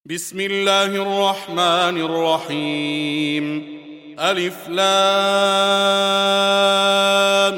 بسم الله الرحمن الرحيم. ألف لام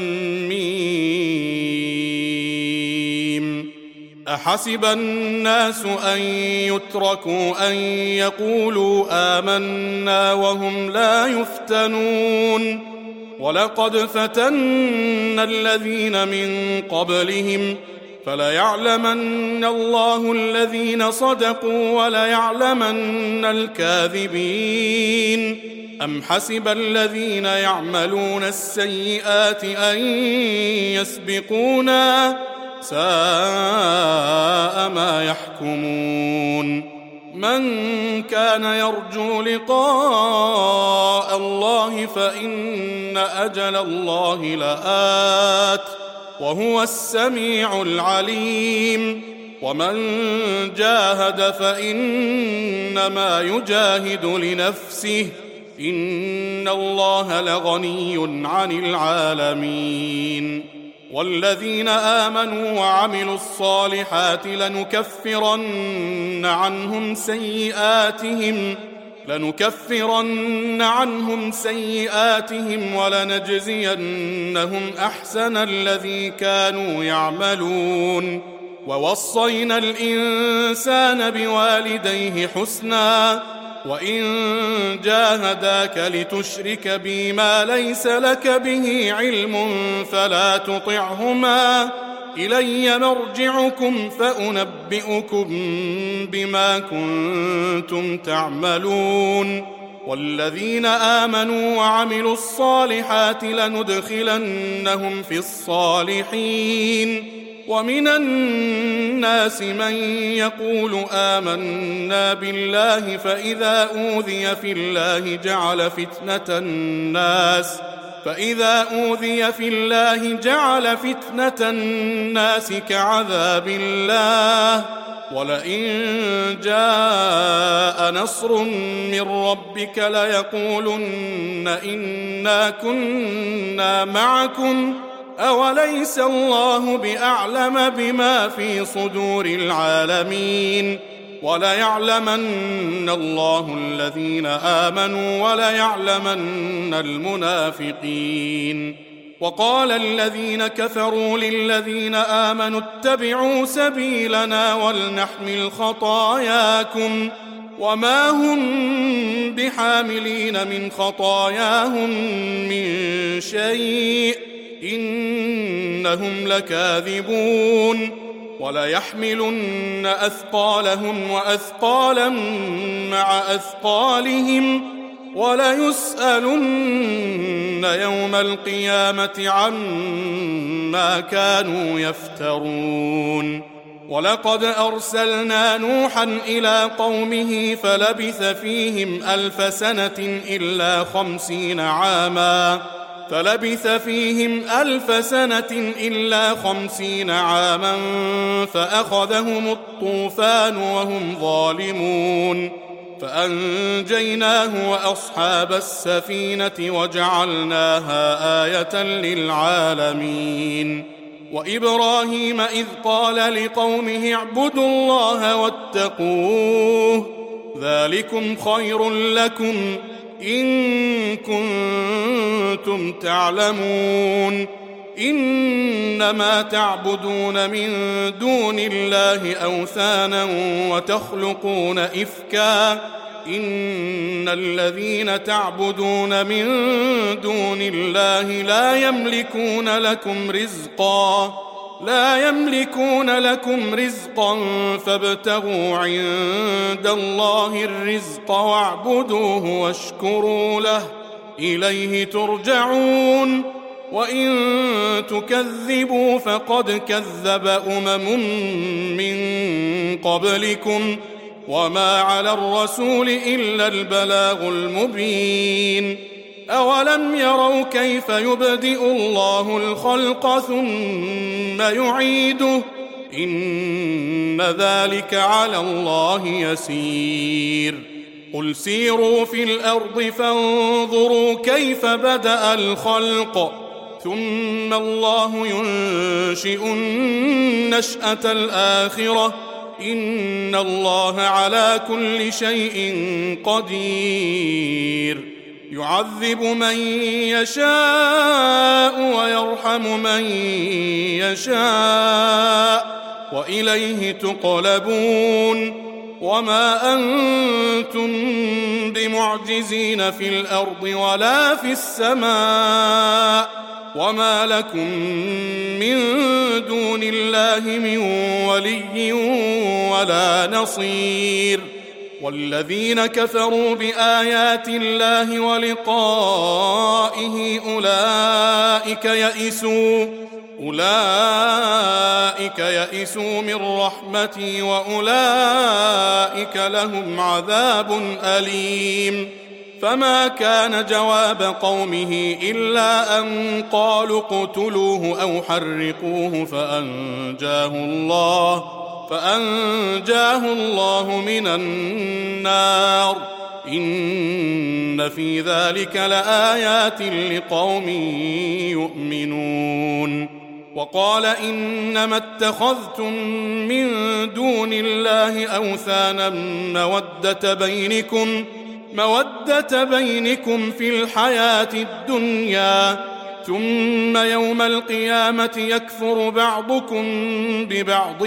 ميم. أحسب الناس أن يتركوا أن يقولوا آمنا وهم لا يفتنون ولقد فتنا الذين من قبلهم فليعلمن الله الذين صدقوا وليعلمن الكاذبين. أم حسب الذين يعملون السيئات أن يسبقونا ساء ما يحكمون. من كان يرجو لقاء الله فإن أجل الله لآت وهو السميع العليم. ومن جاهد فإنما يجاهد لنفسه إن الله لغني عن العالمين. والذين آمنوا وعملوا الصالحات لنكفرن عنهم سيئاتهم ولنجزينهم أحسن الذي كانوا يعملون. ووصينا الإنسان بوالديه حسنا وإن جاهداك لتشرك بي ما ليس لك به علم فلا تطعهما إلي مرجعكم فأنبئكم بما كنتم تعملون. والذين آمنوا وعملوا الصالحات لندخلنهم في الصالحين. ومن الناس من يقول آمنا بالله فإذا أوذي في الله جعل فتنة الناس كعذاب الله. ولئن جاء نصر من ربك ليقولن إنا كنا معكم أوليس الله بأعلم بما في صدور العالمين. وليعلمن الله الذين آمنوا وليعلمن المنافقين. وقال الذين كفروا للذين آمنوا اتبعوا سبيلنا ولنحمل خطاياكم وما هم بحاملين من خطاياهم من شيء إنهم لكاذبون. وليحملن أثقالهم وأثقالا مع أثقالهم وليسألن يوم القيامة عما كانوا يفترون. ولقد أرسلنا نوحا إلى قومه فلبث فيهم 1000 سنة إلا 50 عاما فأخذهم الطوفان وهم ظالمون فأنجيناه وأصحاب السفينة وجعلناها آية للعالمين. وإبراهيم إذ قال لقومه اعبدوا الله واتقوه ذلكم خير لكم إن كنتم تعلمون. إنما تعبدون من دون الله أوثانا وتخلقون إفكا إن الذين تعبدون من دون الله لا يملكون لكم رزقا فابتغوا عند الله الرزق واعبدوه واشكروا له إليه ترجعون. وإن تكذبوا فقد كذب من قبلكم وما على الرسول إلا البلاغ المبين. أولم يروا كيف يبدئ الله الخلق ثم يعيده إن ذلك على الله يسير. قل سيروا في الأرض فانظروا كيف بدأ الخلق ثم الله ينشئ النشأة الآخرة إن الله على كل شيء قدير يعذب من يشاء ويرحم من يشاء وإليه تقلبون وما أنتم بمعجزين في الأرض ولا في السماء وما لكم من دون الله من ولي ولا نصير والذين كفروا بآيات الله ولقائه أولئك يئسوا من رحمتي وأولئك لهم عذاب أليم فما كان جواب قومه إلا أن قالوا اقتلوه أو حرقوه فأنجاه الله من النار إن في ذلك لآيات لقوم يؤمنون وقال إنما اتخذتم من دون الله أوثانا مودة بينكم في الحياة الدنيا ثم يوم القيامة يكفر بعضكم ببعض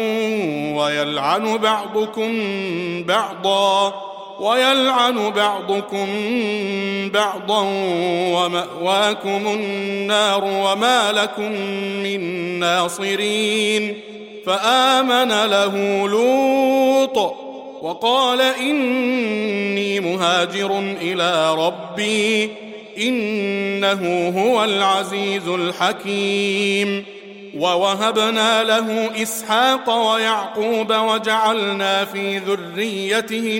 ويلعن بعضكم بعضا ومأواكم النار وما لكم من ناصرين فآمن له لوط وقال إني مهاجر إلى ربي إنه هو العزيز الحكيم ووهبنا له إسحاق ويعقوب وجعلنا في ذريته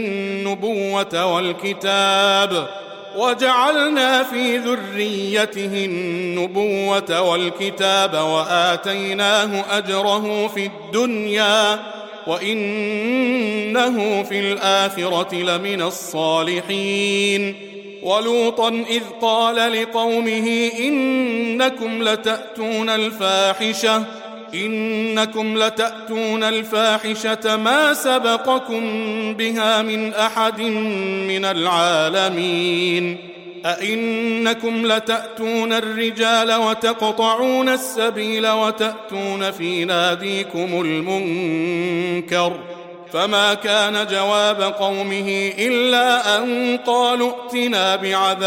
النبوة والكتاب وآتيناه أجره في الدنيا وإنه في الآخرة لمن الصالحين ولوطا إذ قال لقومه إنكم لتأتون الفاحشة ما سبقكم بها من أحد من العالمين أئنكم لتأتون الرجال وتقطعون السبيل وتأتون في ناديكم المنكر فما كان جواب قومه إلا أن قالوا ائتنا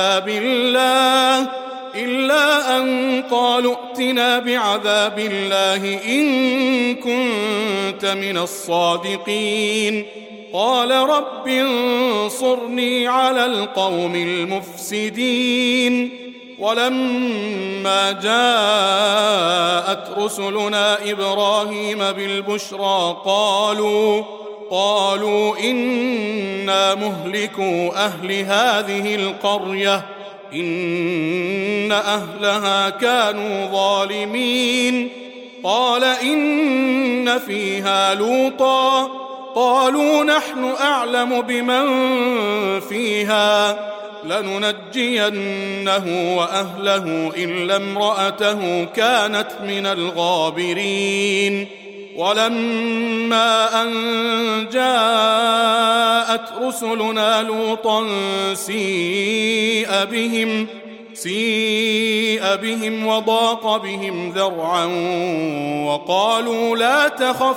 بعذاب الله إن كنت من الصادقين قال رب انصرني على القوم المفسدين ولما جاءت رسلنا إبراهيم بالبشرى قالوا إنا مهلكو أهل هذه القرية إن أهلها كانوا ظالمين قال إن فيها لوطا قالوا نحن أعلم بمن فيها لننجينه وأهله إلا امرأته كانت من الغابرين ولما أن جاءت رسلنا لوطا سيء بهم وضاق بهم ذرعا وقالوا لا تخف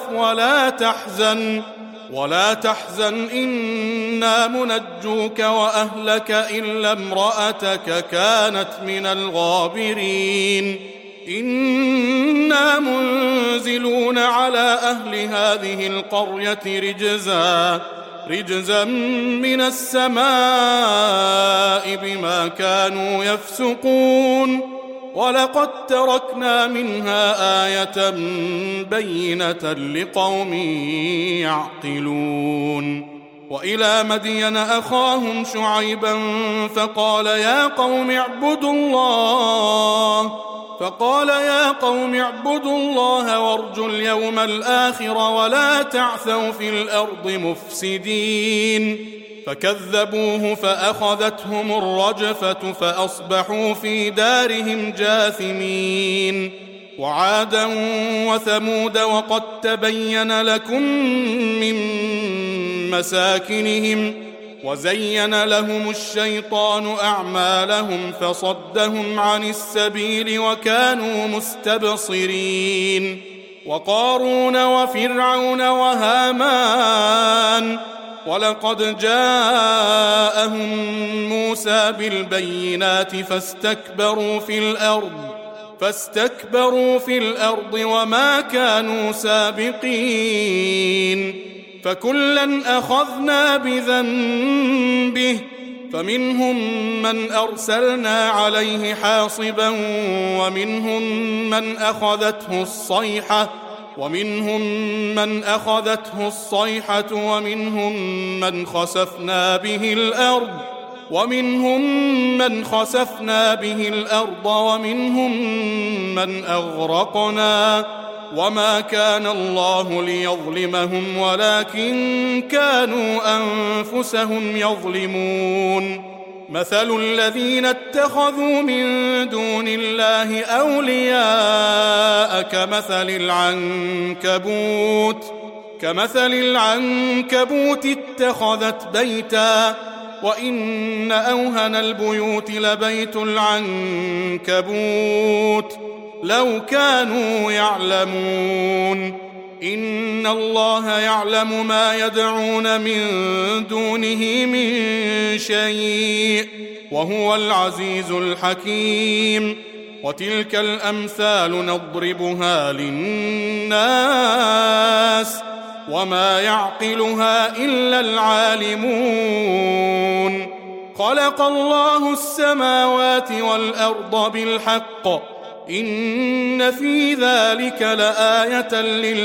ولا تحزن إنا منجوك وأهلك إلا امرأتك كانت من الغابرين إنا منزلون على أهل هذه القرية رجزا من السماء بما كانوا يفسقون ولقد تركنا منها آية بينة لقوم يعقلون وإلى مدين أخاهم شعيبا فقال يا قوم اعبدوا الله وارجوا اليوم الآخر ولا تعثوا في الأرض مفسدين فكذبوه فأخذتهم الرجفة فأصبحوا في دارهم جاثمين وعادا وثمود وقد تبين لكم من مساكنهم وزين لهم الشيطان أعمالهم فصدهم عن السبيل وكانوا مستبصرين وقارون وفرعون وهامان ولقد جاءهم موسى بالبينات فاستكبروا في الأرض وما كانوا سابقين فكلا أخذنا بذنبه فمنهم من أرسلنا عليه حاصبا ومنهم من أخذته الصيحة ومنهم من خسفنا به الأرض ومنهم من أغرقنا وما كان الله ليظلمهم ولكن كانوا أنفسهم يظلمون مثل الذين اتخذوا من دون الله أولياء كمثل العنكبوت اتخذت بيتا وإن أوهن البيوت لبيت العنكبوت لو كانوا يعلمون إن الله يعلم ما يدعون من دونه من شيء وهو العزيز الحكيم وتلك الأمثال نضربها للناس وما يعقلها إلا العالمون خلق الله السماوات والأرض بالحق إن في ذلك لآية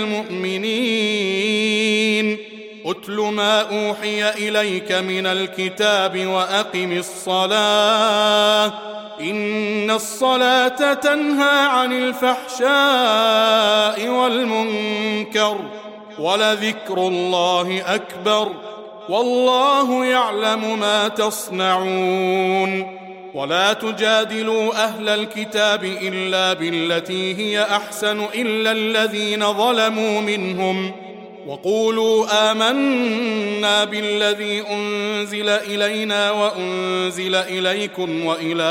للمؤمنين أتل ما أوحي إليك من الكتاب وأقم الصلاة إن الصلاة تنهى عن الفحشاء والمنكر ولذكر الله أكبر والله يعلم ما تصنعون ولا تجادلوا أهل الكتاب إلا بالتي هي أحسن إلا الذين ظلموا منهم وقولوا آمنا بالذي أنزل إلينا وأنزل إليكم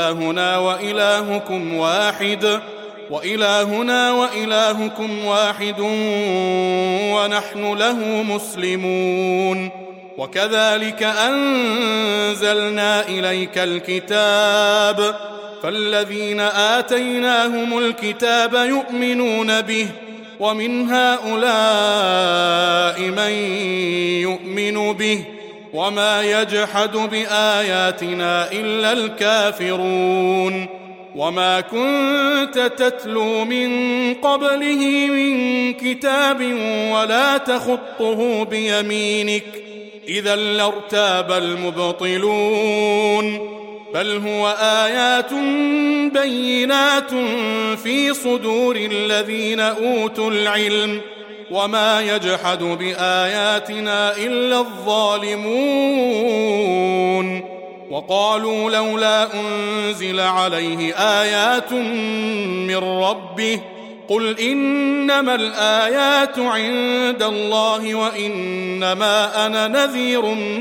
وإلهنا وإلهكم واحد ونحن له مسلمون وكذلك أنزلنا إليك الكتاب فالذين آتيناهم الكتاب يؤمنون به ومن هؤلاء من يؤمن به وما يجحد بآياتنا إلا الكافرون وما كنت تتلو من قبله من كتاب ولا تخطه بيمينك إذا لارتاب المبطلون بل هو آيات بينات في صدور الذين أوتوا العلم وما يجحد بآياتنا إلا الظالمون وقالوا لولا أنزل عليه آيات من ربه قل إنما الآيات عند الله وإنما أنا نذير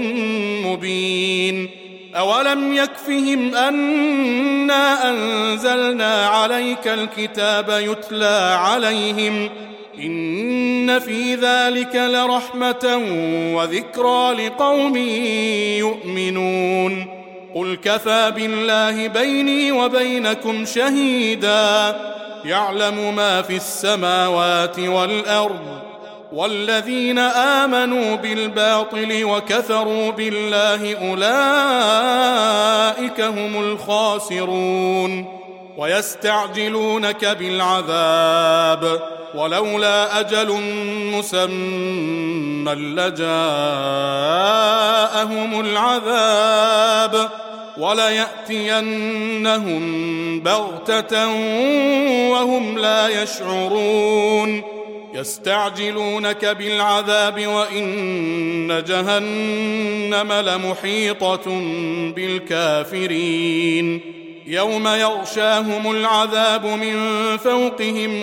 مبين أولم يكفهم أنا أنزلنا عليك الكتاب يتلى عليهم إن في ذلك لرحمة وذكرى لقوم يؤمنون قل كفى بالله بيني وبينكم شهيدا يعلم ما في السماوات والأرض والذين آمنوا بالباطل وكفروا بالله أولئك هم الخاسرون ويستعجلونك بالعذاب ولولا أجل مسمى لجاءهم العذاب وليأتينهم بغتة وهم لا يشعرون يستعجلونك بالعذاب وإن جهنم لمحيطة بالكافرين يوم يغشاهم العذاب من فوقهم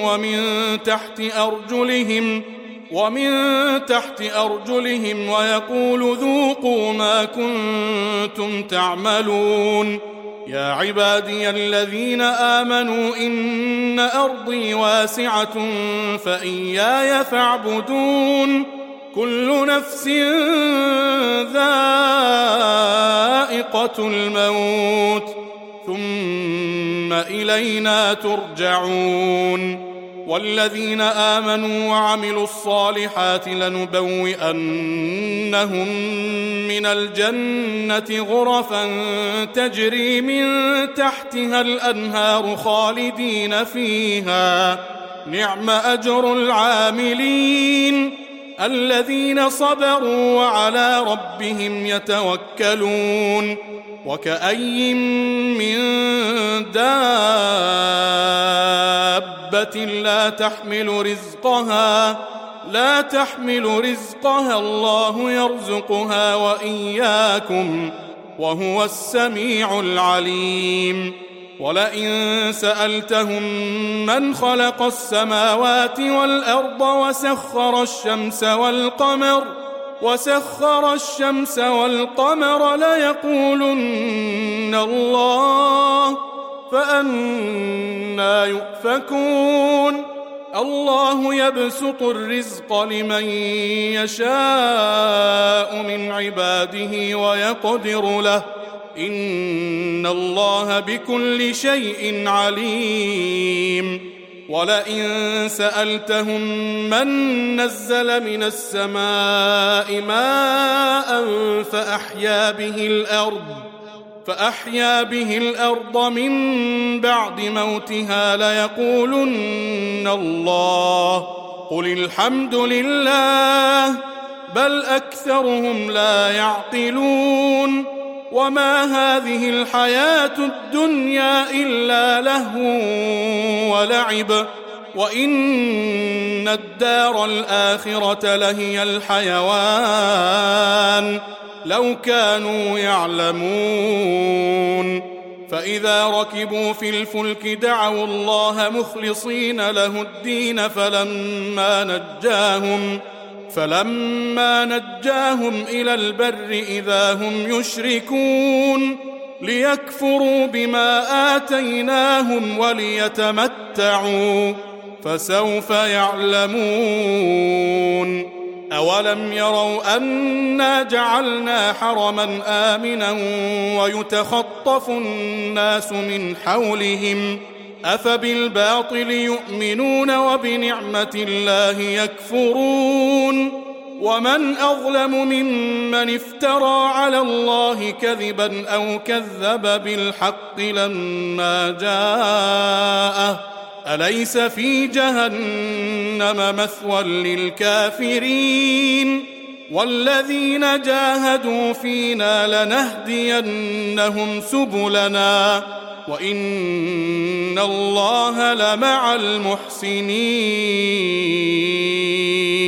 ومن تحت أرجلهم ويقول ذوقوا ما كنتم تعملون. يا عبادي الذين آمنوا إن أرضي واسعة فإياي فاعبدون. كل نفس ذائقة الموت ثم إلينا ترجعون. والذين آمنوا وعملوا الصالحات لنبوئنهم من الجنة غرفا تجري من تحتها الأنهار خالدين فيها. نعم أجر العاملين الذين صبروا وعلى ربهم يتوكلون. وكأي من دابة لا تحمل رزقها الله يرزقها وإياكم وهو السميع العليم. ولئن سألتهم من خلق السماوات والأرض وسخر الشمس والقمر ليقولن الله فأنى يؤفكون. الله يبسط الرزق لمن يشاء من عباده ويقدر له إن الله بكل شيء عليم. ولئن سألتهم من نزل من السماء ماء فأحيا به الأرض من بعد موتها ليقولن الله قل الحمد لله بل أكثرهم لا يعقلون. وما هذه الحياة الدنيا إلا لهو ولعب وإن الدار الآخرة لهي الحيوان لو كانوا يعلمون. فإذا ركبوا في الفلك دعوا الله مخلصين له الدين فلما نجاهم إلى البر إذا هم يشركون ليكفروا بما آتيناهم وليتمتعوا فسوف يعلمون. أولم يروا أنا جعلنا حرما آمنا ويتخطف الناس من حولهم أفبالباطل يؤمنون وبنعمة الله يكفرون. ومن أظلم ممن افترى على الله كذبا أو كذب بالحق لما جاءه أليس في جهنم مثوى للكافرين. والذين جاهدوا فينا لنهدينهم سبلنا وإن الله لمع المحسنين.